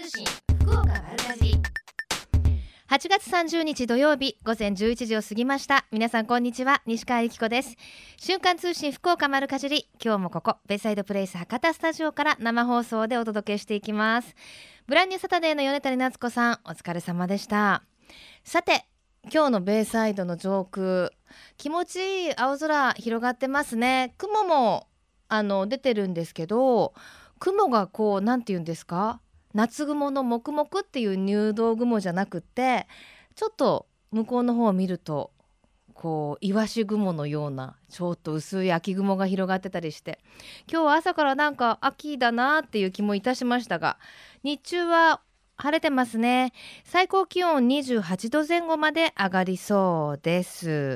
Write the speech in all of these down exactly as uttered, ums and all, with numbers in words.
通信福岡丸かじりはちがつさんじゅうにち土曜日午前じゅういちじを過ぎました。皆さんこんにちは、西川由紀子です。瞬間通信福岡丸かじり、今日もここベイサイドプレイス博多スタジオから生放送でお届けしていきます。ブランニューサタデーの米谷夏子さん、お疲れ様でした。さて、今日のベイサイドの上空、気持ちいい青空広がってますね。雲もあの出てるんですけど、雲がこうなんていうんですか、夏雲の黙々っていう入道雲じゃなくって、ちょっと向こうの方を見るとこうイワシ雲のようなちょっと薄い秋雲が広がってたりして、今日は朝からなんか秋だなっていう気もいたしましたが、日中は晴れてますね。最高気温にじゅうはちどぜん後まで上がりそうです。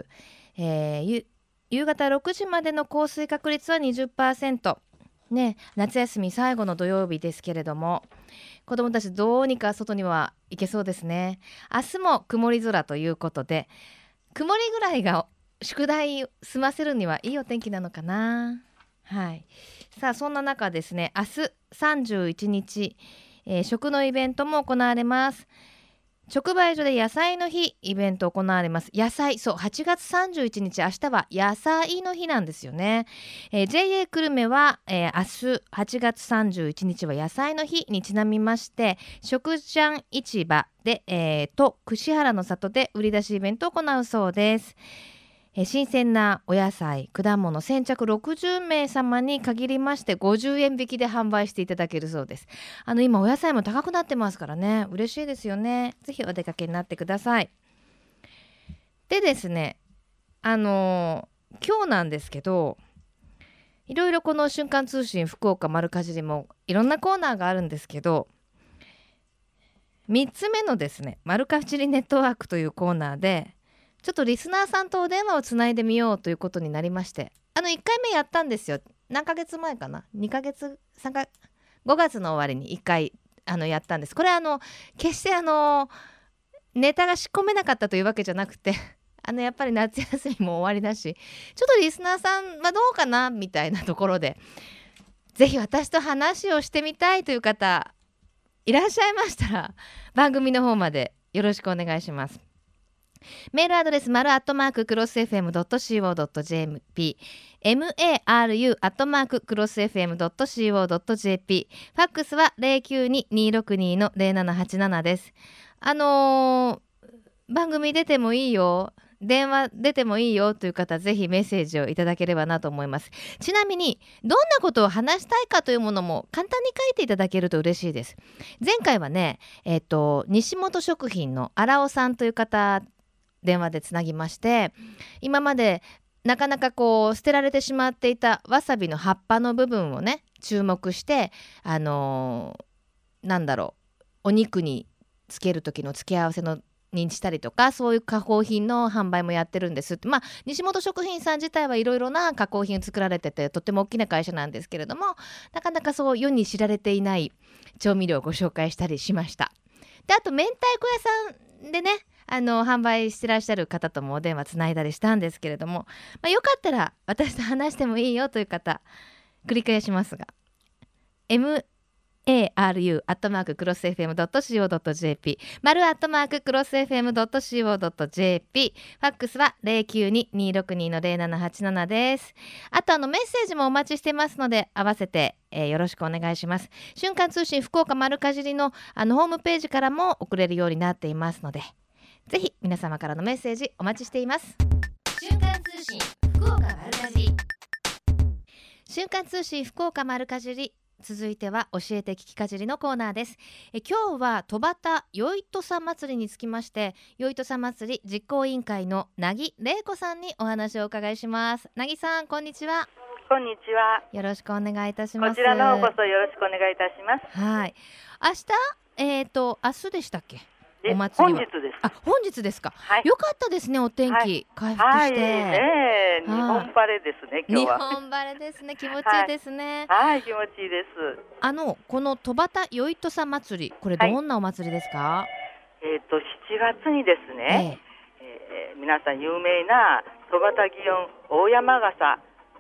えー、夕方ろくじまでの降水確率は にじゅっパーセントね、夏休み最後の土曜日ですけれども、子どもたちどうにか外には行けそうですね。明日も曇り空ということで、曇りぐらいが宿題済ませるにはいいお天気なのかな。はい。さあそんな中ですね、明日さんじゅういちにち、えー、食のイベントも行われます。直売所で野菜の日イベント行われます。野菜、そう、はちがつさんじゅういちにち、明日は野菜の日なんですよね。えー、ジェイエー 久留米は、えー、明日はちがつさんじゅういちにちは野菜の日にちなみまして、食ジャン市場で、えー、と串原の里で売り出しイベントを行うそうです。えー、新鮮なお野菜、果物先着ろくじゅうめい様に限りましてごじゅうえん引きで販売していただけるそうです。あの今お野菜も高くなってますからね、嬉しいですよね。ぜひお出かけになってください。でですね、あのー、今日なんですけど、いろいろこの瞬間通信福岡丸かじりもいろんなコーナーがあるんですけど、みっつめのですね、丸かじりネットワークというコーナーでちょっとリスナーさんとお電話をつないでみようということになりまして、あのいっかいめやったんですよ。何ヶ月前かな、にかげつさんかごがつの終わりにいっかいあのやったんです。これあの決してあのネタが仕込めなかったというわけじゃなくてあのやっぱり夏休みも終わりだし、ちょっとリスナーさんはどうかなみたいなところで、ぜひ私と話をしてみたいという方いらっしゃいましたら、番組の方までよろしくお願いします。メールアドレス丸アットマーククロス エフエムドットシーオードットジェーピー マル アットマーククロス エフエムドットシーオードットジェーピー、 ファックスは ゼロきゅうに にーろくに の ゼロななはちなな です。あのー、番組出てもいいよ、電話出てもいいよという方、ぜひメッセージをいただければなと思います。ちなみにどんなことを話したいかというものも簡単に書いていただけると嬉しいです。前回はね、えっと西本食品の荒尾さんという方電話でつなぎまして、今までなかなかこう捨てられてしまっていたわさびの葉っぱの部分をね注目して、あのー、なんだろう、お肉につける時の付け合わせのにしたりとか、そういう加工品の販売もやってるんですって。まあ西本食品さん自体はいろいろな加工品を作られててとっても大きな会社なんですけれども、なかなかそう世に知られていない調味料をご紹介したりしました。であと明太子屋さんでね、あの販売してらっしゃる方ともお電話つないだりしたんですけれども、まあ、よかったら私と話してもいいよという方、繰り返しますが マル アットマーククロス エフエムドットシーオードットジェーピー マルアットマーククロス エフエムドットシーオードットジェーピー、 ファックスは ゼロきゅうに にーろくに の ゼロななはちなな です。あとあのメッセージもお待ちしてますので、合わせて、えー、よろしくお願いします。瞬間通信福岡丸かじりのあのホームページからも送れるようになっていますので、ぜひ皆様からのメッセージお待ちしています。瞬間通信福岡丸かじり、瞬間通信福岡丸かじり、続いては教えて聞きかじりのコーナーです。え今日は戸端よいとさ祭りにつきまして、よいとさ祭り実行委員会のなぎれいこさんにお話をお伺いします。なぎさん、こんにちは。 こんにちは。 よろしくお願いいたします。 こちらの方こそよろしくお願いいたします。 はい。明日、えーと明日でしたっけ、お祭りは。 本日です。 あ、本日ですか、 はい、 よかったですね、お天気、はい、回復して、 はいね、日本晴れですね、今日は。 日本晴れですね、気持ちいいですね。 はい、はい、気持ちいいです。 あのこの戸端よいとさ祭り、これどんなお祭りですか？はい、えっとしちがつにですね、えーえー、皆さん有名な戸端祇園大山笠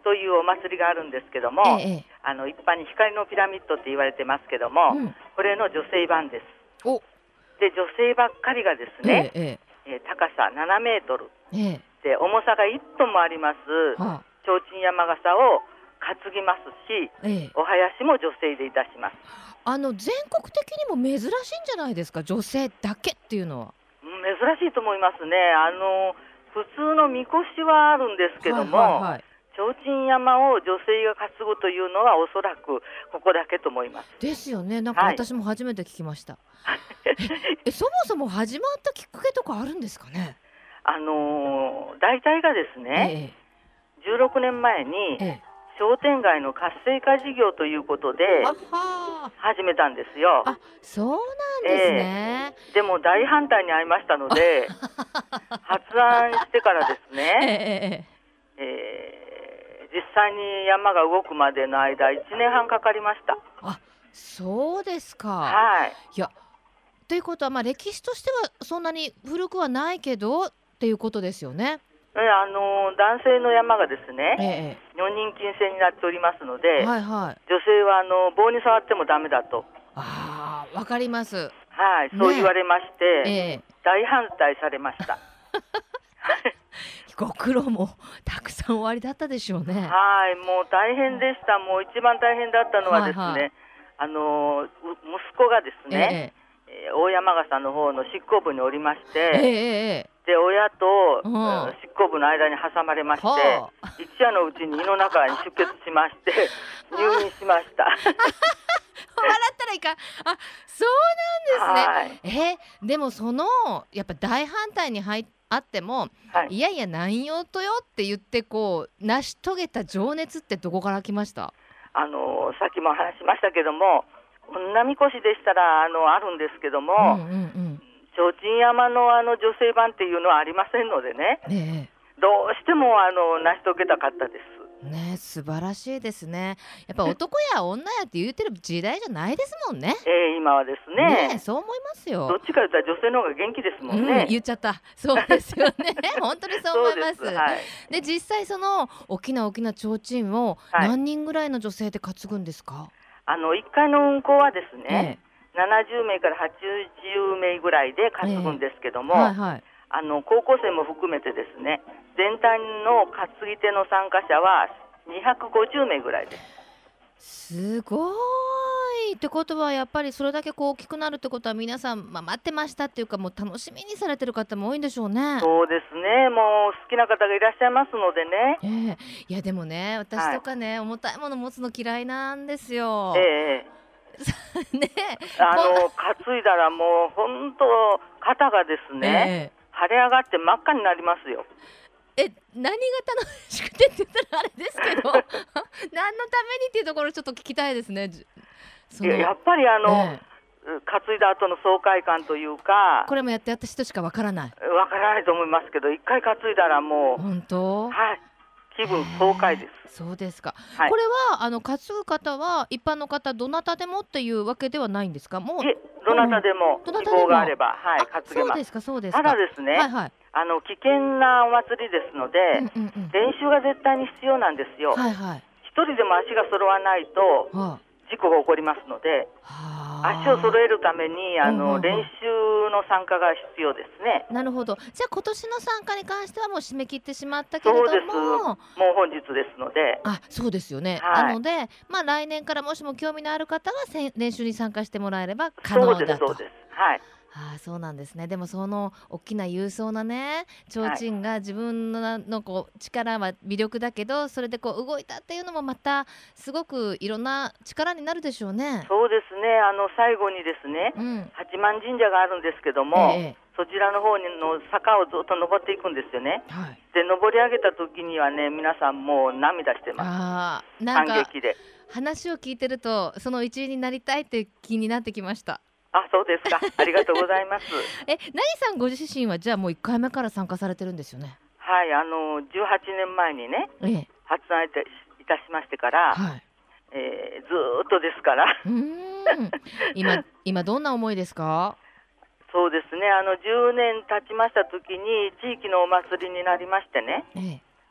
というお祭りがあるんですけども、 ええ、 あの一般に光のピラミッドって言われてますけども、 うん、 これの女性版です。 お、 で女性ばっかりがですね、 ええ、 えー高さななメートルええ、 で重さがいちトンもありますはあ、 提灯山笠を担ぎますし、 ええ、 お囃子も女性でいたします。 あの全国的にも珍しいんじゃないですか、女性だけっていうのは。 うん珍しいと思いますね。あの普通のみこしはあるんですけども、 はいはいはい。 提灯山を女性が担ぐというのはおそらくここだけと思います。 ですよね。なんかはい私も初めて聞きました。え、そもそも始まったきっかけとかあるんですかね。 あのー大体がですね、 ええ、 じゅうろくねんまえにええ、 商店街の活性化事業ということであは始めたんですよ。 あ、あ、そうなんですね。 でも大反対に遭いましたので発案してからですええ、 ね、 ええ、 えー実際に山が動くまでの間いちねんはんかかりました。 あ、そうですか。 はい。 いや、ということはまあ歴史としてはそんなに古くはないけどっていうことですよね。 えあのー男性の山がですね、 ええ、 女人禁制になっておりますのえで、 え、はいはい。 女性はあの棒に触ってもダメだと、 ああ、わかります。 はい、 ねそう言われまして、 ええ、 大反対されました。 ご苦労もたくさんおありだったでしょうね。 はい、もう大変でした。もう一番大変だったのはですね、 はいはい、 あのーう息子がですえね、 え、 えー大山笠の方の執行部におりましええ、えて、 え、ええ、 で親と、 うんうん執行部の間に挟まれまして、 はあ、 一夜のうちに胃の中に出血しまして入院しました。 笑ったらいいか。あ、そうなんですね。 はい、 え、でもそのやっぱ大反対に入っあっても、 はいいやいやなんよとよって言ってこう成し遂げた情熱ってどこから来ました？ あのーさっきも話しましたけども、女みこしでしたらあのあるんですけども、 うんうんうん。 提灯山のあの女性版っていうのはありませんのでね、 ねどうしてもあの成し遂げたかったです。 え、ねえ、素晴らしいですね。やっぱ男や女やって言ってる時代じゃないですもんね。 えー今はですねね、 え、そう思いますどよ。 っちか言ったら女性の方が元気ですもうんん、 ね。 言っちゃった。そうですよね。本当にそう思います。 そうです。はい。 で、実際その大きな大きな提灯をはい何人ぐらいの女性で担ぐんですか？ あのいっかいの運行はですね、 えななじゅうめいからはちじゅうめいぐらいで担ぐんですけどえ、 も、 はいはい。 あの高校生も含めてですね、全体の担ぎ手の参加者はにひゃくごじゅうめいぐらいです。 すごいってことはやっぱりそれだけこう大きくなるってことは皆さん、まあ、待ってましたっていうかもう楽しみにされてる方も多いんでしょうね。 そうですね、もう好きな方がいらっしゃいますのでね。 ええ、いやでもね私とかね、重たいもの持つの嫌いなんですよ。 ええ、 ねあこんの担いだらもう本当肩がですね、 ええ腫れ上がって真っ赤になりますよ。 え何が楽しくてって言ったらあれですけど何のためにっていうところちょっと聞きたいですね。じそのいややっぱりあの、 ええ担いだ後の爽快感というか、 これもやってやった人しかわからない。 わからないと思いますけど、一回担いだらもう、 本当？ はい、気分爽快です。 へーそうですか。 はいこれはあの担ぐ方は一般の方どなたでもっていうわけではないんですか？もういえ、どなたでも希どなたでも望があれば、はい、担あ、 げます。 そうですかそうですか。 ただですね、 はいはい。 あの危険なお祭りですので、 うんうんうん。 練習が絶対に必要なんですよ。 はいはい。 一人でも足が揃わないとは事故が起こりますので、 あ。 足を揃えるためにあうんうんうんの練習の参加が必要ですね。 なるほど。じゃあ今年の参加に関してはもう締め切ってしまったけれどそうです。 も。 もう本日ですので、 あ、そうですよね。 はいなので、まあ来年からもしも興味のある方はせん練習に参加してもらえれば可そうで能だと。 すそうです。はい。 ああ、そうなんですね。でもその大きな勇壮なね提灯が自分ののこう力は魅力だけどそれでこう動いたっていうのもまたすごくいろんな力になるでしょうね。 そうですね。あの最後にですね、 うん。 八幡神社があるんですけどえも、 え、 そちらの方にの坂をずっと登っていくんですよね。 はい。 で登り上げた時にはね、皆さんもう涙してます。 ああ、なんか感激で。 話を聞いてるとその一員になりたいっていう気になってきました。 あ、そうですか。ありがとうございます。 え、なぎさんご自身はじゃあもういっかいめから参加されてるんですよね。 はい、あのじゅうはちねんまえにね、 ええ、 発案いたいたしましてから、 はい。 えーずーっとですから。 うーん。今今どんな思いですか？ そうですね。あのじゅうねん経ちました時に地域のお祭りになりましてね。 ええ、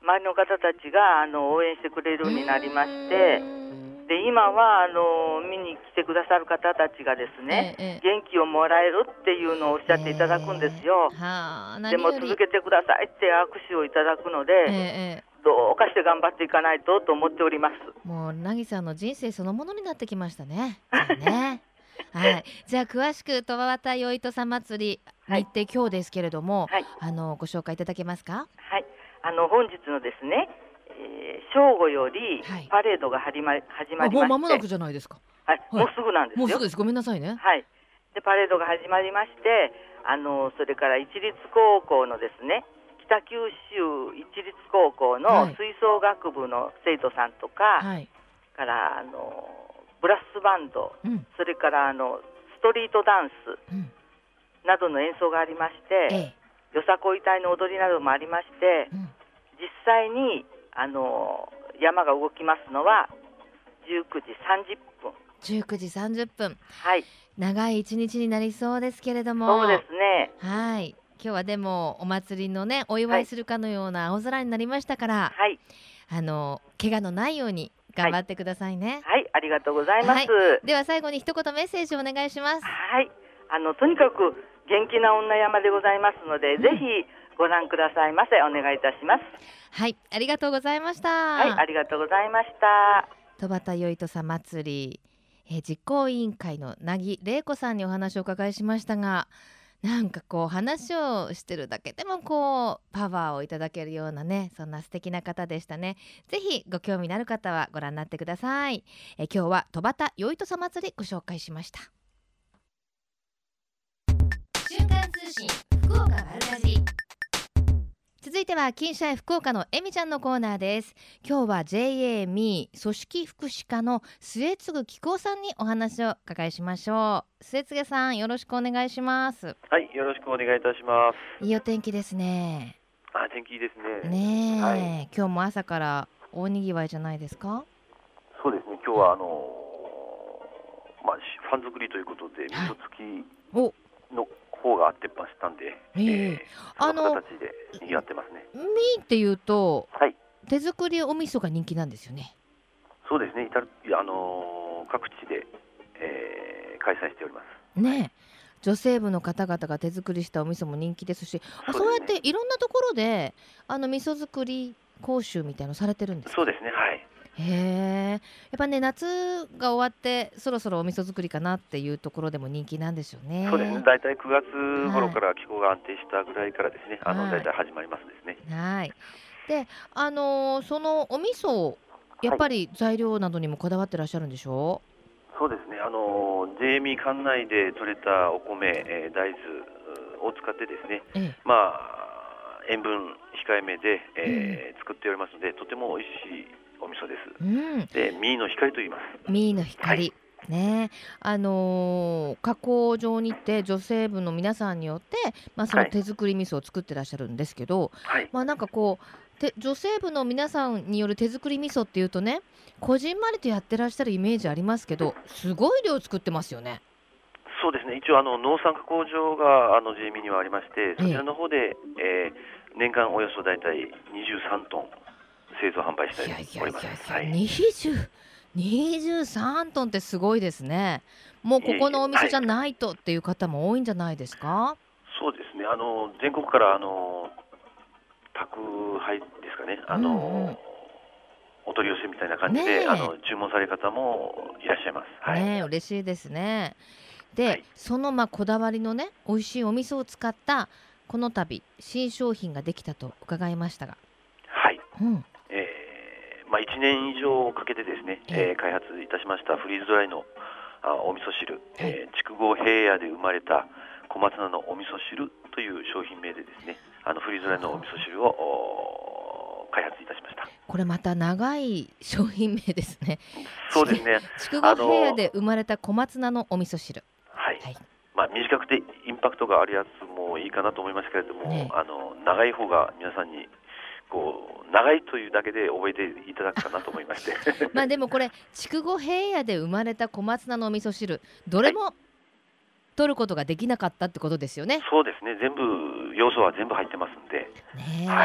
周りの方たちがあの応援してくれるようになりまして、で今はあの見に来てくださる方たちがですね、ええ、元気をもらえるっていうのをおっしゃっていただくんですよ、えーはあ、でも続けてくださいって握手をいただくので、ええ、どうかして頑張っていかないとと思っております。 もうなぎさんの人生そのものになってきましたね。ねはい、じゃあ詳しく戸畑よいとさ祭り日程、はい、今日ですけれども、はい、あのご紹介いただけますか。 はい、あの本日のですね、えー、正午よりパレードが始まり、はい、始まりまして、 もう間もなくじゃないですか。 はいはい、もうすぐなんですよ。 もうすぐです。ごめんなさいね。 はい、でパレードが始まりまして、あのそれから一律高校のですね、北九州一律高校の吹奏楽部の生徒さんとか、はい、からあのブラスバンド、うん、それからあのストリートダンスなどの演奏がありまして、うん、よさこい隊の踊りなどもありまして、うん、実際にあの山が動きますのはじゅうくじさんじゅっぷん。 じゅうくじさんじゅっぷん、 はい、 長い一日になりそうですけれども。 そうですね。 はい、今日はでもお祭りのねお祝いするかのような青空になりましたから、はい、あの怪我のないように頑張ってくださいね。 はい、はい、ありがとうございます、 はい、では最後に一言メッセージをお願いします。 はい、あのとにかく元気な女山でございますので、うん、ぜひご覧くださいませ。お願いいたします。 はい、ありがとうございました。 はい、ありがとうございました。 戸畑よいとさ祭り、えー、実行委員会のなぎれいこさんにお話をお伺いしましたが、なんかこう話をしてるだけでもこうパワーをいただけるようなね、そんな素敵な方でしたね。ぜひご興味のある方はご覧になってください。え今日は戸畑よいとさ祭りご紹介しました。瞬間通信福岡丸かじり。続いては金社福岡のえみちゃんのコーナーです。今日は ジェイエー ミー組織福祉課の末次紀子さんにお話を伺いしましょう。末次さん、よろしくお願いします。 はい、よろしくお願いいたします。 いいお天気ですね。 あ、天気いいですね。 ねえ、はい、今日も朝から大にぎわいじゃないですか。 そうですね、今日はあのーまあ、ファン作りということで味噌付きの方があってましたんで、えーえー、その形でにぎわってますね。 ミーっていうと、 はい、 手作りお味噌が人気なんですよね。 そうですね、至る、あのー、各地で、えー、開催しておりますね。女性部の方々が手作りしたお味噌も人気ですし、あ、そうやっていろんなところであの味噌作り講習みたいのされてるんですか。 そうですね、はい。 へえ、やっぱね、夏が終わってそろそろお味噌作りかなっていうところでも人気なんでしょうね。 そうですね、だいたいくがつ頃から気候が安定したぐらいからですね、はい、あのだいたい始まりますですね。 はい。で、あのー、そのお味噌やっぱり材料などにもこだわってらっしゃるんでしょう。 はい、そうですね、あの ジェイエー ミー管内で採れたお米、えー、大豆を使ってですね、ええ、まあ塩分控えめで、えーうん、作っておりますので、とても美味しいお味噌です、うん、でミーの光と言います。 ミーの光、はい、ね、あのー、加工場に行って女性部の皆さんによって、まあ、その手作り味噌を作ってらっしゃるんですけど、はい、まあ、なんかこうて女性部の皆さんによる手作り味噌っていうとね、こじんまりとやってらっしゃるイメージありますけど、すごい量作ってますよね。 そうですね、一応あの農産加工場があの ジェイエー ミーにはありまして、そちらの方で、えー、年間およそだいたいにじゅうさんトン製造販売しております。 にじゅう、にじゅうさんトンってすごいですね。もうここのお店じゃないとっていう方も多いんじゃないですか。はい、 そうですね、あの全国からあの宅配ですかね、あの、うんうん、お取り寄せみたいな感じで、あの注文される方もいらっしゃいます。はい、 ね、嬉しいですね。で、はい、そのまあこだわりのね美味しいお味噌を使ったこの度新商品ができたと伺いましたが。 はい、うん、えーまあ、いちねん以上かけてですね、えー、開発いたしましたフリーズドライのあお味噌汁、えー、筑後平野で生まれた小松菜のお味噌汁という商品名でですね、あのフリーズドライのお味噌汁を開発いたしました。 これまた長い商品名ですね。 そうですね、 筑後平野で生まれた小松菜のお味噌汁、 はい、はい、まあ、短くてインパクトがあるやつもいいかなと思いますけれども、ね、あの長い方が皆さんにこう長いというだけで覚えていただくかなと思いましてまあでもこれ筑後平野で生まれた小松菜のお味噌汁、どれも取ることができなかったってことですよね。 そうですね、全部要素は全部入ってますんで、 ね、はい、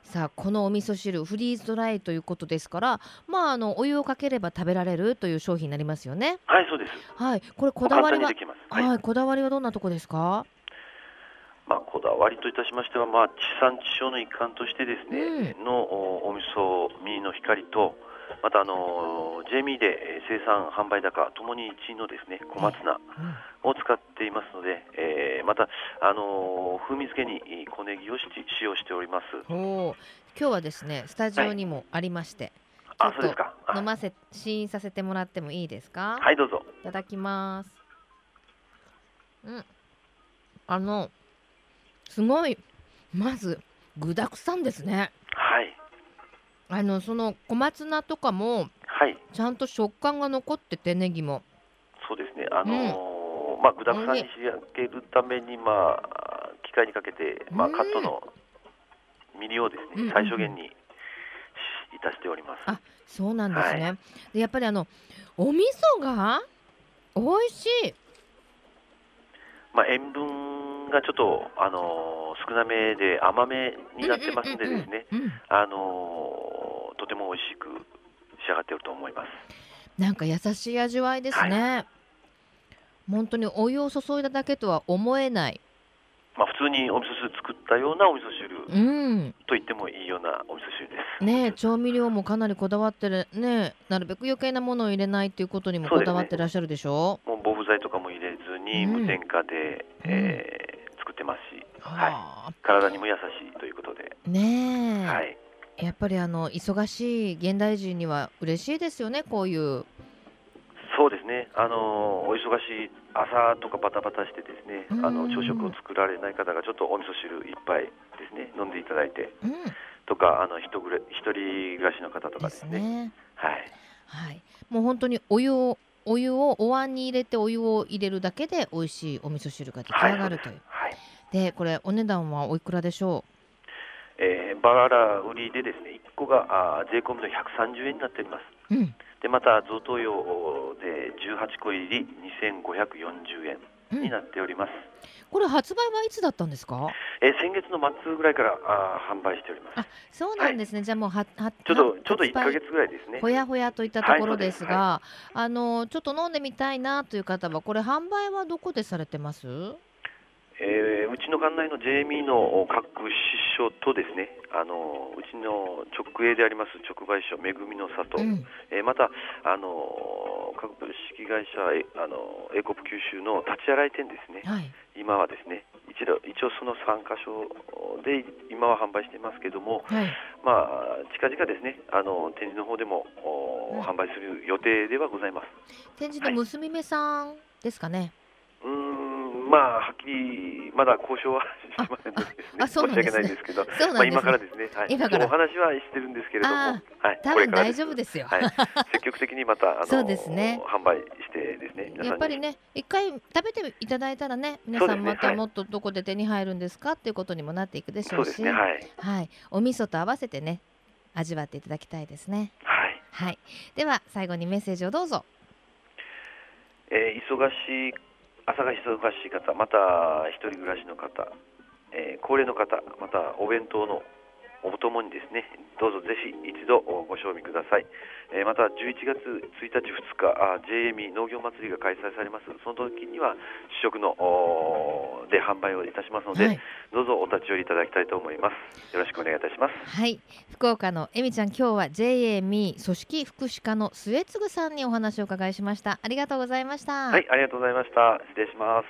さあこのお味噌汁フリーズドライということですから、まああのお湯をかければ食べられるという商品になりますよね。 はい、そうです。 はい、これこだわりは、 簡単にできます。 はい、はい、こだわりはどんなとこですか？ まあ、こだわりといたしましては、まあ、地産地消の一環としてですね、うん、のお、お味噌ミーの光と、またあの ジェイエムイー で生産販売高ともにいちいのですね小松菜を使っていますので、えー、またあの風味付けに小ネギを使用しております。 お今日はですねスタジオにもありまして、 はい、ちょっと飲ませ試飲させてもらってもいいですか？ はい、どうぞ。 いただきます。うん、あのすごいまず具沢山ですね。 はい。 あのその小松菜とかも、はい、ちゃんと食感が残ってて、ネギもそうですね、あのーうん、まあ、具沢山に仕上げるために、まあ、機械にかけて、まあ、カットのミリをですね、うん、最小限にいたしております。 あ、そうなんですね。はい、でやっぱりあのお味噌が美味しい。 まあ、塩分がちょっと、あのー、少なめで甘めになってますんでですね、あのー、とても美味しく仕上がっていると思います。 なんか優しい味わいですね。はい、本当にお湯を注いだだけとは思えない。 まあ、普通にお味噌汁作ったようなお味噌汁、うん、と言ってもいいようなお味噌汁です。 ね、調味料もかなりこだわってるね、なるべく余計なものを入れないということにもこだわってらっしゃるでしょう。 もう防腐剤とかも入れずに無添加で、うんえー、作ってますし、はい、体にも優しいということでねえ、 はい、 やっぱりあの忙しい現代人には嬉しいですよね、こういう。 そうですね、あのお忙しい朝とかバタバタしてですね、あの朝食を作られない方がちょっとお味噌汁一杯ですね飲んでいただいて、うん、とかあの一人暮らしの方とかですね、ですね、はいはい、もう本当にお湯をお湯をお椀に入れてお湯を入れるだけで美味しいお味噌汁が出来上がるという、はい、で, はい、でこれお値段はおいくらでしょう？えー、バララ売りでですねいっこがあ税込みのひゃくさんじゅうえんになっております。うん、でまた贈答用でじゅうはちこ入りにせんごひゃくよんじゅうえんになっております。うん、 これ発売はいつだったんですか？ えー、先月の末ぐらいからあ販売しております。 あ、そうなんですね。はい、じゃあもうははちょうどちょうどいっかげつぐらいですね。 ほやほやといったところですが、はい、あのちょっと飲んでみたいなという方はこれ販売はどこでされてます？ えー、うちの管内の ジェイエムイー の各支所とですね、あのうちの直営であります直売所めぐみの里、うん、えー、またあの各株式会社あのエコプ九州の立ち洗い店ですね、はい、今はですね一度一応そのさんかしょで今は販売していますけども、はい、まあ近々ですねあの展示の方でも、うん、販売する予定ではございます。 展示の娘目さんですかね？ はい、うーんまあ、はっきりまだ交渉はしてませんのでですね、申し訳ないんですけど、まあ、今からですね、はい、今からお話はしてるんですけれども、はい、 多分大丈夫ですよ。 はい、積極的にまたあのそうです、ね、 販売してですね、 やっぱりね、一回食べていただいたらね、皆さんまたもっとどこで手に入るんですかっていうことにもなっていくでしょうし、そうですね、はい、はい、お味噌と合わせてね、味わっていただきたいですね。 はい、 はい、では最後にメッセージをどうぞ。 えー、忙しい朝が忙しい方、また一人暮らしの方、えー、高齢の方、またお弁当のお供にですね、どうぞぜひ一度ご賞味ください。えー、またじゅういちがつついたちふつか ジェイエムイー 農業祭りが開催されます。その時には試食ので販売をいたしますので、はい、どうぞお立ち寄りいただきたいと思います。よろしくお願いいたします。 はい、福岡のえみちゃん、今日は ジェイエーミー 組織福祉課の末次さんにお話を伺いしました。ありがとうございました。 はい、ありがとうございました。失礼します。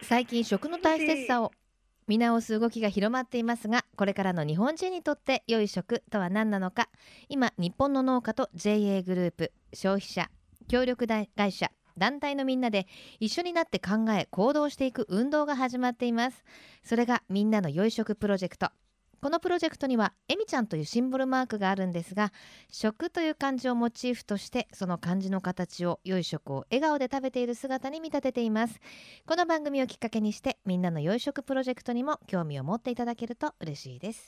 最近食の大切さを見直す動きが広まっていますが、これからの日本人にとって良い食とは何なのか、今日本の農家と ジェイエー グループ、消費者、協力会社、団体のみんなで一緒になって考え行動していく運動が始まっています。それがみんなの良い食プロジェクト。このプロジェクトにはえみちゃんというシンボルマークがあるんですが、食という漢字をモチーフとしてその漢字の形を良い食を笑顔で食べている姿に見立てています。この番組をきっかけにしてみんなの良い食プロジェクトにも興味を持っていただけると嬉しいです。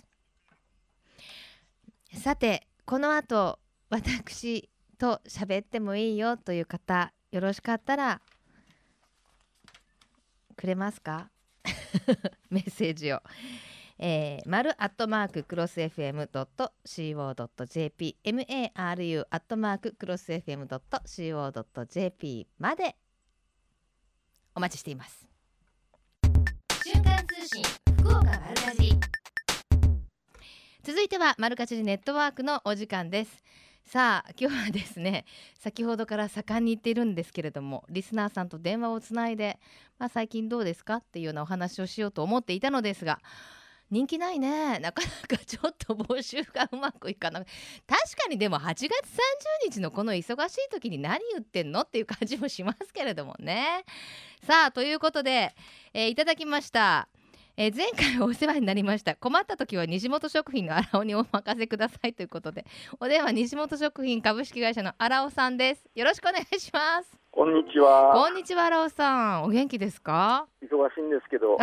さて、この後私と喋ってもいいよという方、よろしかったらくれますかメッセージを。 えー、マルアットマーククロス エフエムドットシーオードットジェーピー maru アットマーククロス エフエムドットシーオードットジェーピー までお待ちしています。瞬間通信福岡丸かじり、続いては丸かじりネットワークのお時間です。さあ今日はですね、先ほどから盛んに言っているんですけれども、リスナーさんと電話をつないで、まあ、最近どうですかっていうようなお話をしようと思っていたのですが、人気ないね、なかなかちょっと募集がうまくいかない。確かにでもはちがつさんじゅうにちのこの忙しい時に何言ってんのっていう感じもしますけれどもね。さあということで、えー、いただきました。えー、前回お世話になりました。困った時は西本食品の荒尾にお任せくださいということで、お電話西本食品株式会社の荒尾さんです。よろしくお願いします。 こんにちは。 こんにちは荒尾さん、お元気ですか？ 忙しいんですけど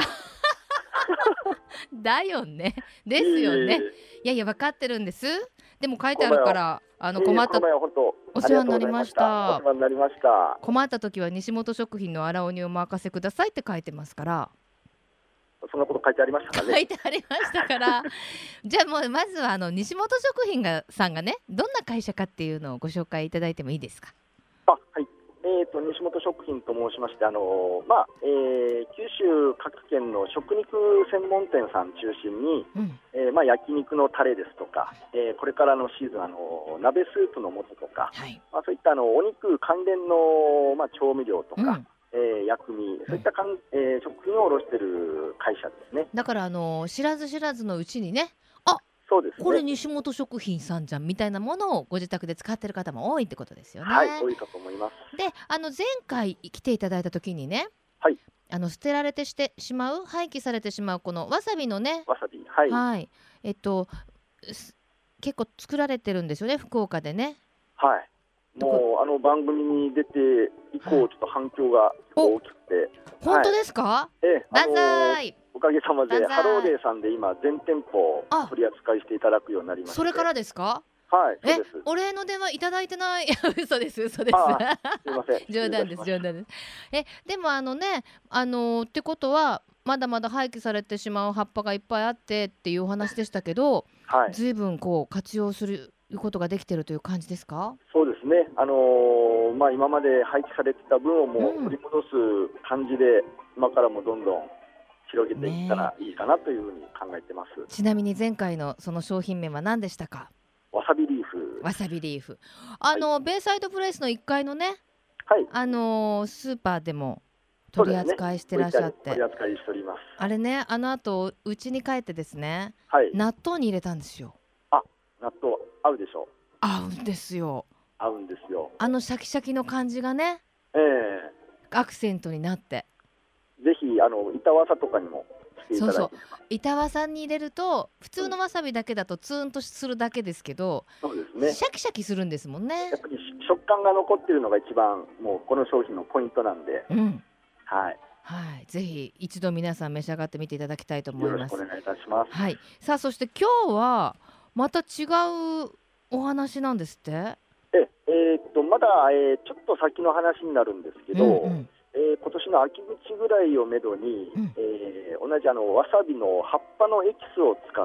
だよね、ですよね。いやいやいや分かってるんです。でも書いてあるからあの困った、えー、お世話になりました。 お世話になりました。 困った時は西本食品の荒尾にお任せくださいって書いてますから。 そんなこと書いてありましたかね。 書いてありましたからじゃあもうまずはあの西本食品がさんがね、どんな会社かっていうのをご紹介いただいてもいいですか？ あ、はい。えーと、西本食品と申しまして、あのまあえー、九州各県の食肉専門店さん中心に、うんえーまあ、焼肉のタレですとか、えー、これからのシーズンあの鍋スープの素とか、はいまあ、そういったあのお肉関連の、まあ、調味料とか、うんえー、薬味、そういったかん、えー、食品を卸している会社ですね。 だからあの知らず知らずのうちにね、あ、 そうですね、 これ西本食品さんじゃんみたいなものをご自宅で使っている方も多いってことですよね。 はい、多いかと思います。 で、あの前回来ていただいた時にね、 はい、 あの捨てられてしてしまう、廃棄されてしまうこのわさびのね、 わさび、はい、 はい、えっと結構作られてるんですよね、福岡でね。 はい。もうあの番組に出て以降、ちょっと反響が大きくて。 本当ですか？はい、 ええ、 万歳。 おかげさまでハローデーさんで今全店舗取り扱いしていただくようになりました。 それからですか？ はい、そうです。 え、お礼の電話いただいてない嘘です嘘ですすいません冗談です冗談です。え、でもあのね、あのってことはまだまだ廃棄されてしまう葉っぱがいっぱいあってっていうお話でしたけど、はい、ずいぶんこう活用することができているという感じですか？ そうですね、あのーまあ、今まで廃棄されてた分をもう取り戻す感じで、うん、今からもどんどん広げていったらいいかなというふうに考えてます、ね、 ちなみに前回のその商品名は何でしたか？ わさびリーフ。 わさびリーフ、あの、はい、ベイサイドプレイスのいっかいのね、はい、あのー、スーパーでも取り扱いしてらっしゃって、 ね、取り扱いしております。 あれね、あの後うちに帰ってですね、 はい、 納豆に入れたんですよ。 あ、納豆合うでしょう。 合うんですよ。 合うんですよ。 あのシャキシャキの感じがね、 えー、 アクセントになって、 ぜひあの板わさとかにもしていただいて。そうそう、 板わさに入れると普通のわさびだけだとツーンとするだけですけど、 そうですね、 シャキシャキするんですもんね。 やっぱり食感が残っているのが一番もうこの商品のポイントなんで、うん、はいはい、ぜひ一度皆さん召し上がってみていただきたいと思います。 よろしくお願いいたします。 はい、さあそして今日はまた違うお話なんですって。 ええー、っとまだ、えー、ちょっと先の話になるんですけど、うんうん、えー、今年の秋口ぐらいをめどに、うん、えー、同じあのわさびの葉っぱのエキスを使った、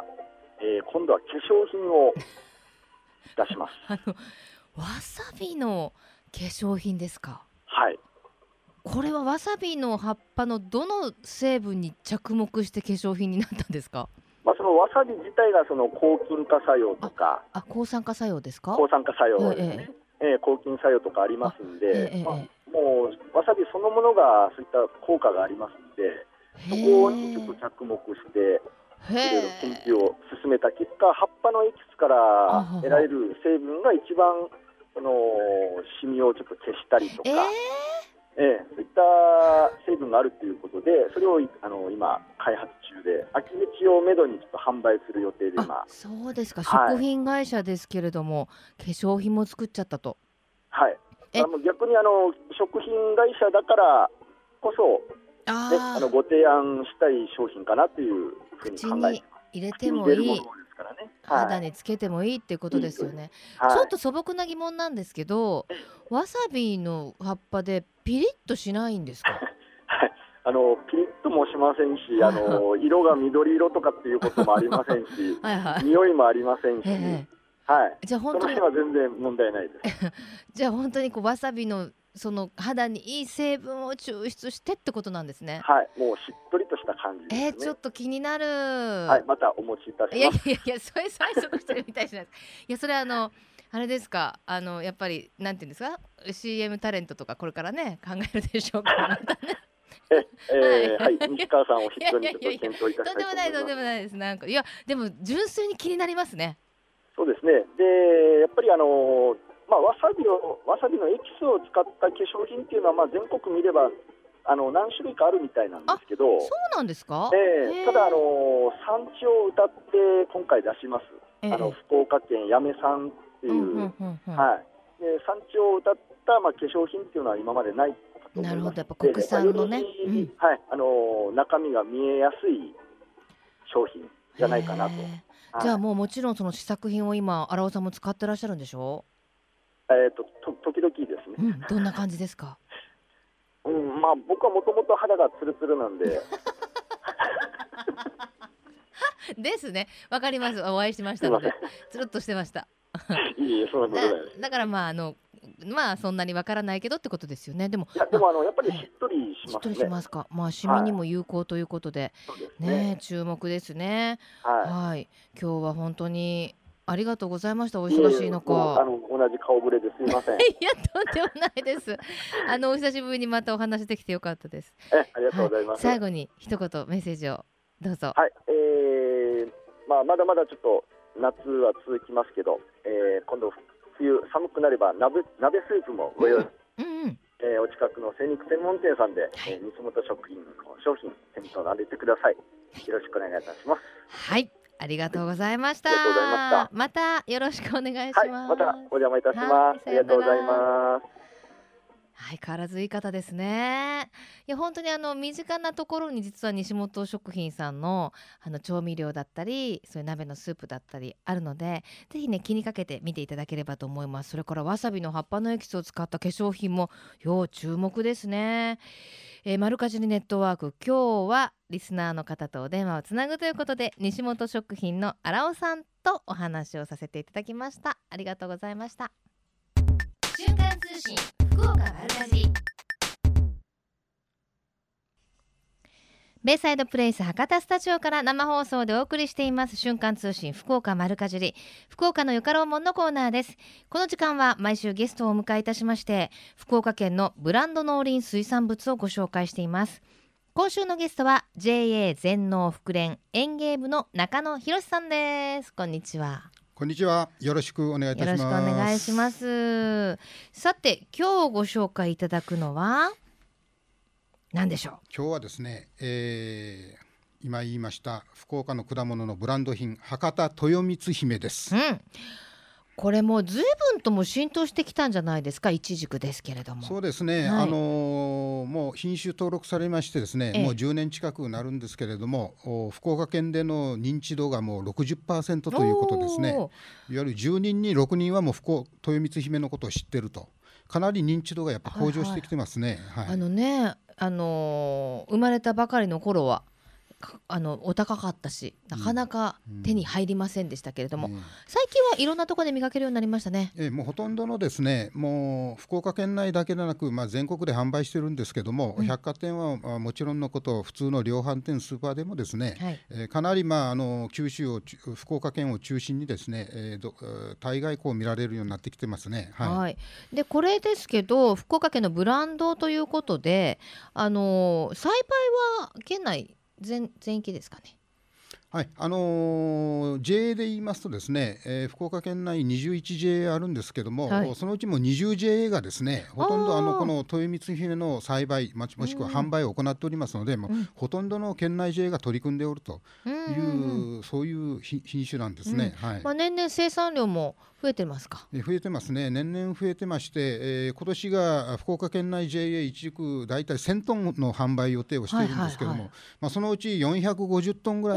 えー、今度は化粧品を出しますあのわさびの化粧品ですか？ はい。 これはわさびの葉っぱのどの成分に着目して化粧品になったんですか？ まあ、そのわさび自体がその抗菌化作用とか、 ああ抗酸化作用ですか？ 抗酸化作用ですね、えーえー、抗菌作用とかありますんで、えーまあ、もうわさびそのものがそういった効果がありますんで、そこにちょっと着目していろいろ研究を進めた結果、葉っぱのエキスから得られる成分が一番そのシミをちょっと消したりとか、えーええ、そういった成分があるということで、それをあの今開発中で、秋口をめどにちょっと販売する予定で今。 そうですか、 はい、 食品会社ですけれども化粧品も作っちゃったと。 はい、あの逆にあの食品会社だからこそ、 あ、 ね、あのご提案したい商品かなというふうに考えてます。 口に入れてもいい、肌につけてもいいっていうことですよね。はい、ちょっと素朴な疑問なんですけど、わさびの葉っぱでピリッとしないんですか？ はい、 あのピリッともしませんし、あの色が緑色とかっていうこともありませんしはい、はい、匂いもありませんし、えー、はい、じゃあ本当にその辺は全然問題ないですじゃあ本当にこうわさびのその肌にいい成分を抽出してってことなんですね。 はい、もうしっとりとした感じですね。 えー、ちょっと気になる。 はい、またお持ちいたします。 いやいやいや、それ催促してるみたいじゃないですか。いや、それあのあれですか、あのやっぱりなんていうんですか、 シーエム タレントとかこれからね考えるでしょうからまたねええー、はい、西川さんを筆頭にちょっと検討いたしたいと思います。 とんでもないとんでもないです。なんかいやでも純粋に気になりますね。 そうですね。でやっぱりあのまあ、わさびをわさびのエキスを使った化粧品っていうのは、まあ、全国見ればあの何種類かあるみたいなんですけど。 そうなんですか。 えー、ただあの産地を歌って今回出します、えー、あの福岡県八女産っていう、うんうんうんうん、はい、で産地を歌った、まあ、化粧品っていうのは今までないかと思います。 なるほど、やっぱ国産のね、うん、 はい、あの中身が見えやすい商品じゃないかなと。 はい、じゃあもうもちろんその試作品を今荒尾さんも使ってらっしゃるんでしょう。 えー、とと時々ですね、 うん、どんな感じですか。 うん、まあ僕はもともと肌がツルツルなんでですね、わかります。お会いしましたのでつるっとしてましたいいえ、そんなことないです。 だからまああのまあそんなにわからないけどってことですよね。でもいやでもあのやっぱりしっとりしますね。しっとりしますか。まあシミにも有効ということで、はい、ね, ね注目ですね。はい、はい、今日は本当にありがとうございました。お忙しい中、 あの同じ顔ぶれですいません。 いやとんでもないです。あのお久しぶりにまたお話できてよかったです。 えありがとうございます。 はい、最後に一言メッセージをどうぞ。 はい、えーまあ、まだまだちょっと夏は続きますけど、えー、今度冬寒くなれば鍋鍋スープもご用意、うんうんうんえー、お近くの精肉専門店さんで、はいえー、西本食品の商品店頭に上げてください。よろしくお願いいたします。 はい、ありがとうございました。 ありがとうございました。 またよろしくお願いします。はい、 またお邪魔いたします。ありがとうございます。 はい、変わらずいい方ですね。いや本当にあの身近なところに実は西本食品さんのあの調味料だったりそういう鍋のスープだったりあるのでぜひね気にかけて見ていただければと思います。それからわさびの葉っぱのエキスを使った化粧品も要注目ですね。えー、マルカジリネットワーク今日はリスナーの方とお電話をつなぐということで西本食品の荒尾さんとお話をさせていただきました。ありがとうございました。瞬間通信福岡丸かじりベイサイドプレイス博多スタジオから生放送でお送りしています瞬間通信福岡丸かじり福岡のよかろうもんのコーナーです。この時間は毎週ゲストをお迎えいたしまして福岡県のブランド農林水産物をご紹介しています。今週のゲストは ジェーエー 全農福連園芸部の中野博さんです。こんにちは。 こんにちは。よろしくお願いいたします。 よろしくお願いします。さて今日ご紹介いただくのは何でしょう。 今日はですね、えー、今言いました福岡の果物のブランド品博多豊光姫です、うん、 これもう随分とも浸透してきたんじゃないですか。イチジクですけれども。 そうですね、はい、あのー、もう品種登録されましてですね、ええ、もうじゅうねん近くなるんですけれども福岡県での認知度がもう ろくじゅっパーセント ということですね。いわゆるじゅうにんにろくにんはもう福岡豊光姫のことを知ってるとかなり認知度がやっぱ向上してきてますね。はいはい、 あのねあのー、生まれたばかりの頃はあのお高かったしなかなか手に入りませんでしたけれども、うんうん、最近はいろんなところで見かけるようになりましたね。 えー、もうほとんどのですねもう福岡県内だけでなく、まあ、全国で販売してるんですけども、うん、百貨店は、まあ、もちろんのこと普通の量販店スーパーでもですね、はいえー、かなり、まあ、あの九州を福岡県を中心にですね、えー、ど大概こう見られるようになってきてますね。はいはい、でこれですけど福岡県のブランドということで、あのー、栽培は県内全, 全域ですかね。 はい、あのー、ジェーエー で言いますとですね、えー、福岡県内にじゅういちジェーエー あるんですけども、はい、そのうちもにじゅうジェーエー がですねほとんどあのこの豊光姫の栽培もしくは販売を行っておりますので、うん、もうほとんどの県内 ジェーエー が取り組んでおるという、うん、そういう品種なんですね。うんはいまあ、年々生産量も増えてますか。 増えてますね。年々増えてまして、えー、今年が福岡県内 ジェーエー 一軸大体せんトンの販売予定をしているんですけども、はいはいはいまあ、そのうちよんひゃくごじゅっトンぐらいをですね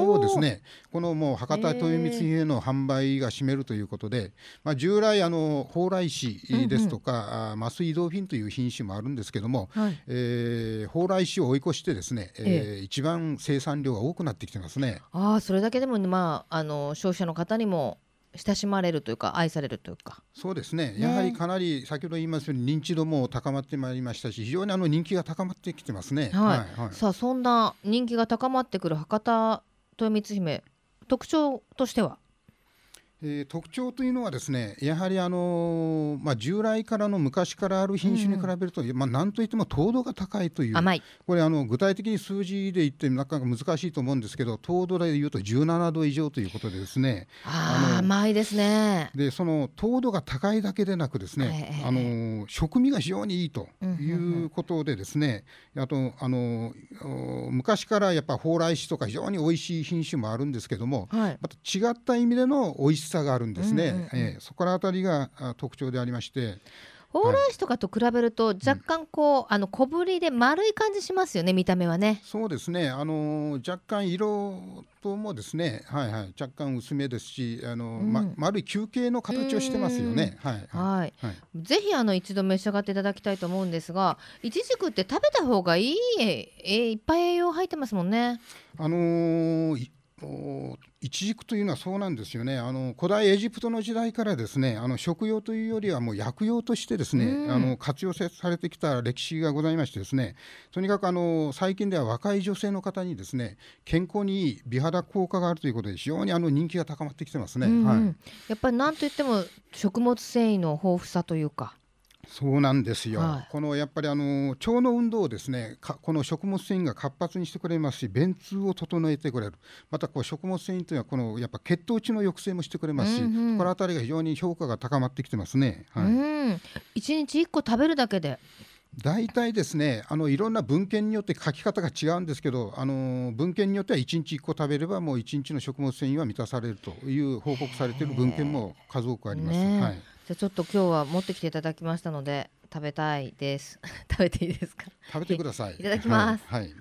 ね、このもう博多豊光姫の販売が占めるということで、まあ、従来あの蓬莱柿ですとか、うんうん、増井ドーフィンという品種もあるんですけども、はい、えー、蓬莱柿を追い越してですね、えー、一番生産量が多くなってきてますね。 あ、それだけでも、まあ、あの消費者の方にも親しまれるというか愛されるというか。 そうですね、やはりかなり先ほど言いますように認知度も高まってまいりましたし、非常にあの人気が高まってきてますね。 はいはいはい、さあそんな人気が高まってくる博多豊光姫、特徴としては？ えー、特徴というのはですね、やはりあのーまあ、従来からの昔からある品種に比べると、うん、まあ、なんといっても糖度が高いという、 甘い、 これあの具体的に数字で言ってなかなか難しいと思うんですけど、糖度でいうとじゅうななど以上ということでですね、 ああ甘いですね。 でその糖度が高いだけでなくですね、えー、あの食味が非常にいいということでですね、うんうんうん、あとあの昔からやっぱ蓬莱柿とか非常に美味しい品種もあるんですけども、はい、また違った意味での美味しさがあるんですね。うんうんうん、えー、そこらあたりが特徴でありまして、 蓬莱柿とかと比べると若干こう、うん、あの小ぶりで丸い感じしますよね、見た目はね。 そうですね、あの若干色ともですね、はいはい、若干薄めですし、あの、うんま、丸い球形の形をしてますよね。はいはいはいはい、ぜひあの一度召し上がっていただきたいと思うんですが、いちじくって食べた方がいい、えいっぱい栄養入ってますもんね。 あのーイチジクというのはそうなんですよね。あの古代エジプトの時代からですね、あの食用というよりはもう薬用としてですね、うん、あの活用されてきた歴史がございましてですね、とにかくあの最近では若い女性の方にですね、健康にいい美肌効果があるということで非常にあの人気が高まってきてますね。うんうん、 はい、やっぱり何といっても食物繊維の豊富さというか。 そうなんですよ、はい、このやっぱりあの腸の運動をですね、この食物繊維が活発にしてくれますし、便通を整えてくれる。またこう食物繊維というのはこのやっぱ血糖値の抑制もしてくれますし、うんうん、このあたりが非常に評価が高まってきてますね。はい、うん、 いちにちいっこ食べるだけで大体ですね、あのいろんな文献によって書き方が違うんですけど、あの文献によってはいちにちいっこ食べればもういちにちの食物繊維は満たされるという報告されている文献も数多くあります。はい、 じゃあちょっと今日は持ってきていただきましたので食べたいです食べていいですか？ 食べてください。 いただきます。 はい、はい、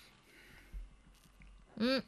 うん、うん、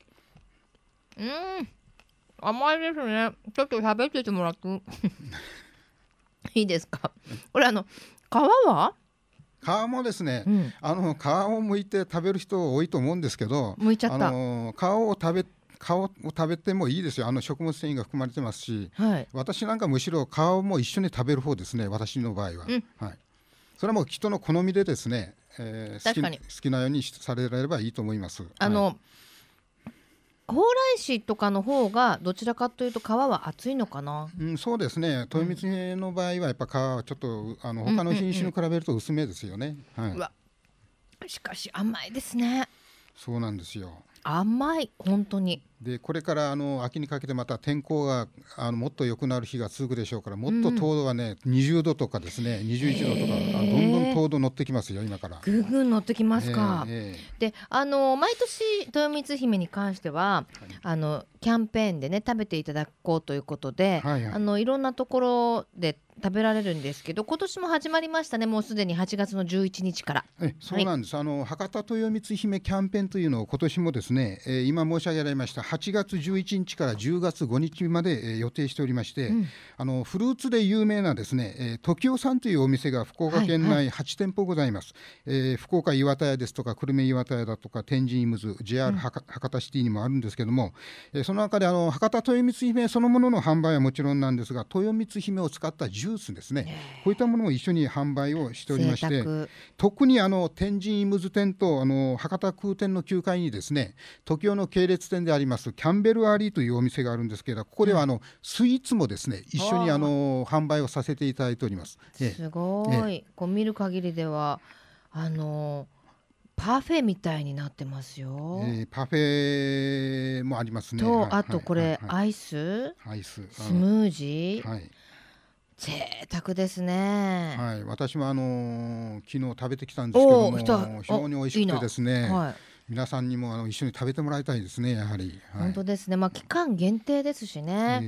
甘いですね。ちょっと食べててもらっていいですか？これあの皮は皮もですね、うん、あの皮を剥いて食べる人多いと思うんですけど、 剥いちゃった。 あの皮を食べ皮を食べてもいいですよ。あの食物繊維が含まれてますし、はい、私なんかむしろ皮も一緒に食べる方ですね、私の場合は。うん、はい、それはもう人の好みでですね、えー、好き、好きなようにされられればいいと思います。 あの、 はい、 蓬莱柿とかの方がどちらかというと皮は厚いのかな。 うん、そうですね、豊光姫の場合はやっぱ皮はちょっとあの他の品種に比べると薄めですよね。うんうんうん、はい、うわ、 しかし甘いですね。 そうなんですよ、 甘い本当に。 でこれからあの秋にかけてまた天候があのもっと良くなる日が続くでしょうから、もっと糖度はね、うん、にじゅうどとかですねにじゅういちどとか、あのどんどん糖度乗ってきますよ今から。 ぐんぐん乗ってきますか。えーえー、であの毎年豊光姫に関しては、はい、あのキャンペーンでね食べていただこうということで、はいはい、あのいろんなところで食べられるんですけど、今年も始まりましたね。もうすでにはちがつのじゅういちにちから。 えそうなんです、はい、あの博多豊光姫キャンペーンというのを今年もですね、えー、今申し上げられましたはちがつじゅういちにちからじゅうがつごにちまで、えー、予定しておりまして、うん、あのフルーツで有名なですね、えー、時雄さんというお店が福岡県内はちてんぽございます。はいはい、えー、福岡岩田屋ですとか久留米岩田屋だとか天神イムズ ジェイアール、うん、博多シティにもあるんですけども、えー、その中であの博多豊光姫そのものの販売はもちろんなんですが、豊光姫を使ったジュースですね、こういったものを一緒に販売をしておりまして、特にあの天神イムズ店とあの博多空店のきゅうかいにですね、時雄の系列店でありますキャンベルアーリーというお店があるんですけど、ここではあのスイーツもですね一緒にあの販売をさせていただいております。 すごい、ええ、こう見る限りではあのパフェみたいになってますよ。 えー、パフェもありますね。 と、 はい、 あとこれ、はいはい、アイス、 アイススムージー、 はい、 贅沢ですね。 はい、私もあのー、昨日食べてきたんですけども非常に美味しくてですね、いい、はい、皆さんにもあの一緒に食べてもらいたいですね、やはり。 はい、本当ですね、まあ、期間限定ですしね。えー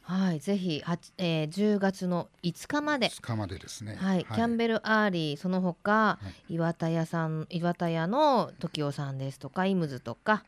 はい、ぜひ、えー、じゅうがつのいつかまでいつかまでですね、 はい、キャンベルアーリー、その他、はい、岩田屋さん岩田屋の時雄さんですとかイムズとか、はい、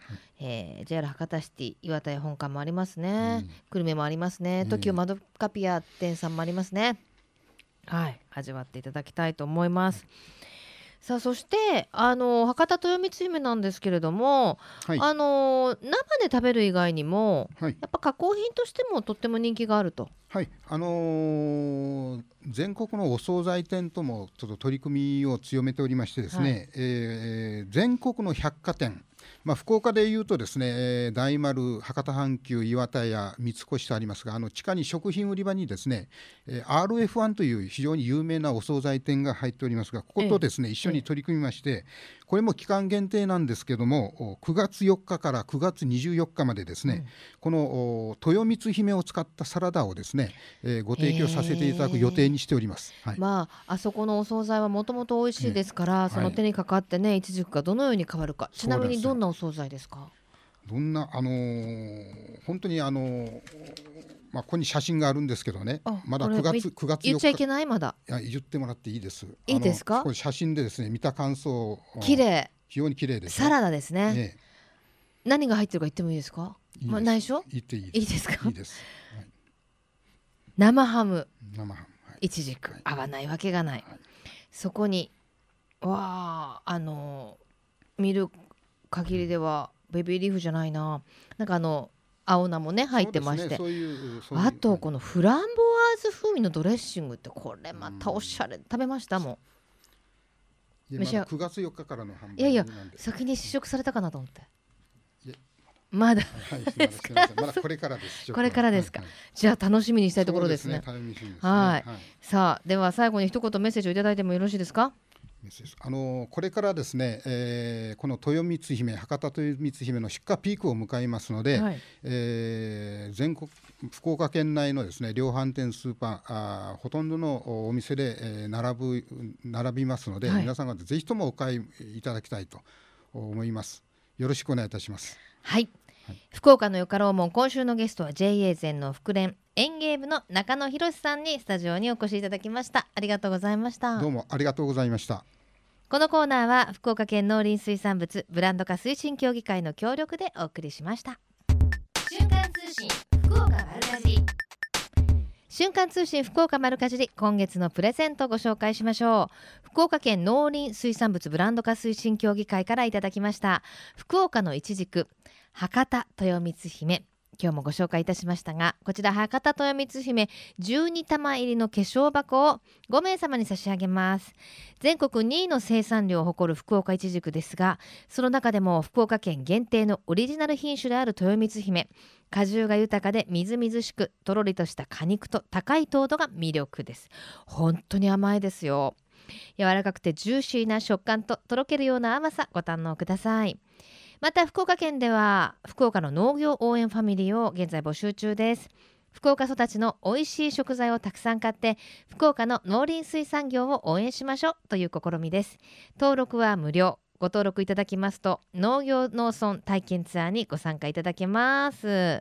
えー、ジェイアール 博多シティ岩田屋本館もありますね、うん、久留米もありますね、時雄マドカピア店さんもありますね、はい、味わっていただきたいと思います、はい。さあ、そしてあの博多豊光姫なんですけれども、はい、あの生で食べる以外にも、はい、やっぱ加工品としてもとっても人気があると。 はい、あのー、全国のお惣菜店ともちょっと取り組みを強めておりましてですね、はい、えー、全国の百貨店、まあ、福岡でいうとですね、大丸、博多阪急、岩田屋、三越とありますが、あの地下に食品売り場にですね アールエフワン という非常に有名なお惣菜店が入っておりますが、こことですね、一緒に取り組みまして、これも期間限定なんですけども、くがつよっかからくがつにじゅうよっかまでですね、うん、この豊光姫を使ったサラダをですね、えー、ご提供させていただく予定にしております、はい。 まあ、あそこのお惣菜はもともと美味しいですから、ね、その手にかかってね、いちじくがどのように変わるか。ちなみにどんなお惣菜ですか？ どんな、あのー、本当にあのーまあ、ここに写真があるんですけどね、まだくがつくがつよっか、 言っちゃいけない？まだいや言ってもらっていいです。 いいですか？ これ写真でですね見た感想、 綺麗、 非常に綺麗です、 ね、サラダですね、 ね。 何が入ってるか言ってもいいですか？ いいです、 まあ、内緒言っていいです。 いいですか？ いいです、はい、 生ハム、 生ハム、 いちじく、はい、合わないわけがない、はい、そこにわあ、あの見る限りではベビーリーフじゃないな、なんかあの青菜もね入ってまして、あとこのフランボワーズ風味のドレッシングって、これまたおしゃれ。食べましたもん。 いや、まだくがつよっかからの販売。 いやいや、先に試食されたかなと思って。まだ、 はい、すみません、まだこれからです。 これからですか、はいはい、じゃあ楽しみにしたいところですね。 そうですね、楽しみですね。 はい、はい、さあ、では最後に一言メッセージをいただいてもよろしいですか？ あのこれからですね、えー、この豊光姫、博多豊光姫の出荷ピークを迎えますので、はい、えー、全国福岡県内のですね量販店、スーパー、あーほとんどのお店で、えー、並ぶ並びますので、はい、皆さん方ぜひともお買いいただきたいと思います。よろしくお願いいたします。 はい、はい、福岡のよかろうもん、今週のゲストは ジェイエー 全農福連園芸部の中野博さんにスタジオにお越しいただきました。ありがとうございました。 どうもありがとうございました。 このコーナーは福岡県農林水産物ブランド化推進協議会の協力でお送りしました。瞬間通信福岡丸かじり、瞬間通信福岡丸かじり、今月のプレゼントをご紹介しましょう。福岡県農林水産物ブランド化推進協議会からいただきました福岡のいちじく博多豊光姫、今日もご紹介いたしましたが、こちら博多豊光姫じゅうにたま入りの化粧箱をごめい様に差し上げます。全国にいの生産量を誇る福岡いちじくですが、その中でも福岡県限定のオリジナル品種である豊光姫、果汁が豊かでみずみずしく、とろりとした果肉と高い糖度が魅力です。本当に甘いですよ。柔らかくてジューシーな食感ととろけるような甘さ、ご堪能ください。また福岡県では福岡の農業応援ファミリーを現在募集中です。福岡育ちの美味しい食材をたくさん買って福岡の農林水産業を応援しましょうという試みです。登録は無料。ご登録いただきますと農業農村体験ツアーにご参加いただけます。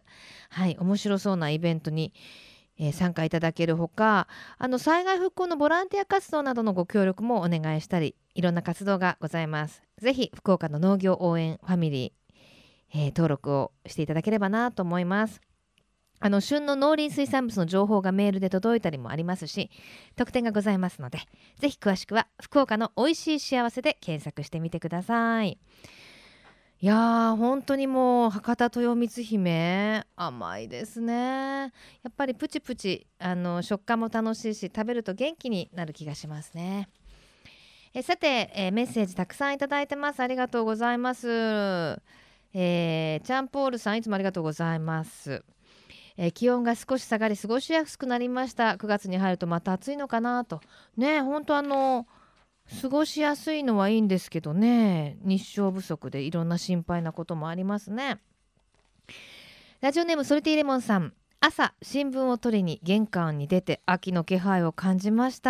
はい、面白そうなイベントにえー、参加いただけるほか、あの災害復興のボランティア活動などのご協力もお願いしたり、いろんな活動がございます。ぜひ福岡の農業応援ファミリー、えー、登録をしていただければなと思います。あの旬の農林水産物の情報がメールで届いたりもありますし、特典がございますので、ぜひ詳しくは福岡のおいしい幸せで検索してみてください。いやー、本当にもう博多豊光姫甘いですね。やっぱりプチプチ、あの食感も楽しいし、食べると元気になる気がしますね。えさて、えー、メッセージたくさんいただいてます。ありがとうございます。えー、チャンポールさん、いつもありがとうございます。えー、気温が少し下がり過ごしやすくなりました。くがつに入るとまた暑いのかなとね。本当あの過ごしやすいのはいいんですけどね、日照不足でいろんな心配なこともありますね。ラジオネームソルティーレモンさん、朝新聞を取りに玄関に出て秋の気配を感じました。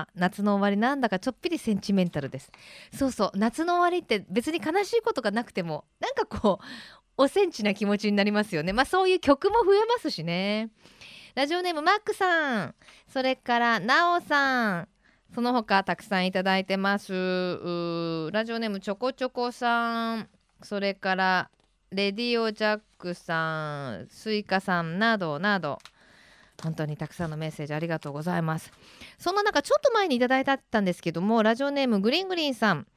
夏の終わり、なんだかちょっぴりセンチメンタルです。そうそう、夏の終わりって別に悲しいことがなくてもなんかこうおセンチな気持ちになりますよね。まあそういう曲も増えますしね。 ラジオネームマックさん、それからなおさん、その他たくさんいただいてます。ラジオネームちょこちょこさん、それからレディオジャックさん、スイカさんなどなど、本当にたくさんのメッセージありがとうございます。そんな中ちょっと前にいただいたんですけども、ラジオネームグリーングリーンさん、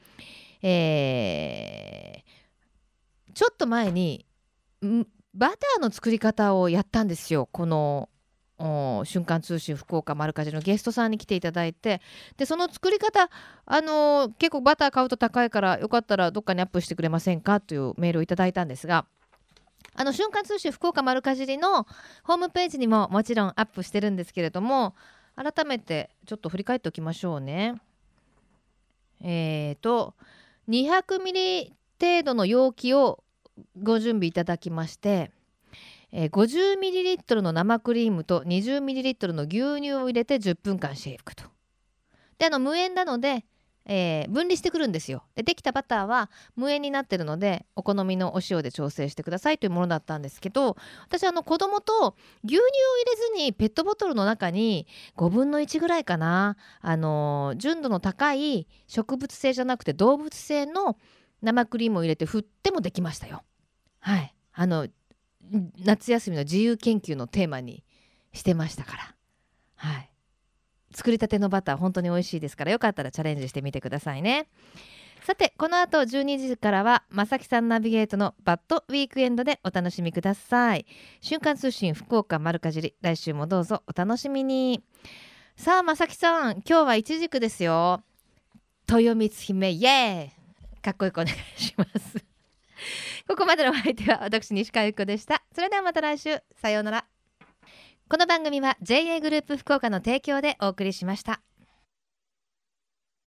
えー、ちょっと前にバターの作り方をやったんですよ。この瞬間通信福岡丸かじりのゲストさんに来ていただいて、でその作り方、あのー、結構バター買うと高いからよかったらどっかにアップしてくれませんかというメールをいただいたんですが、あの瞬間通信福岡丸かじりのホームページにももちろんアップしてるんですけれども、改めてちょっと振り返っておきましょうね。えーと にひゃくミリ 程度の容器をご準備いただきまして、えー、ごじゅうミリリットル の生クリームと にじゅうミリリットル の牛乳を入れてじゅっぷんかんシェイクと。であの無塩なので、えー、分離してくるんですよ。でできたバターは無塩になってるのでお好みのお塩で調整してくださいというものだったんですけど、私あの子供と牛乳を入れずにペットボトルの中にごぶんのいちぐらいかな、あのー、純度の高い植物性じゃなくて動物性の生クリームを入れて振ってもできましたよ。はい、あの夏休みの自由研究のテーマにしてましたから、はい、作りたてのバター本当に美味しいですから、よかったらチャレンジしてみてくださいね。さてこの後じゅうにじからはまさきさんナビゲートのバッドウィークエンドでお楽しみください。瞬間通信福岡丸かじり、来週もどうぞお楽しみに。さあまさきさん、今日はいちじくですよ。豊光姫イエーイ、かっこよくお願いします。ここまでのお相手は私西川由紀子でした。それではまた来週、さようなら。この番組は ジェーエー グループ福岡の提供でお送りしました。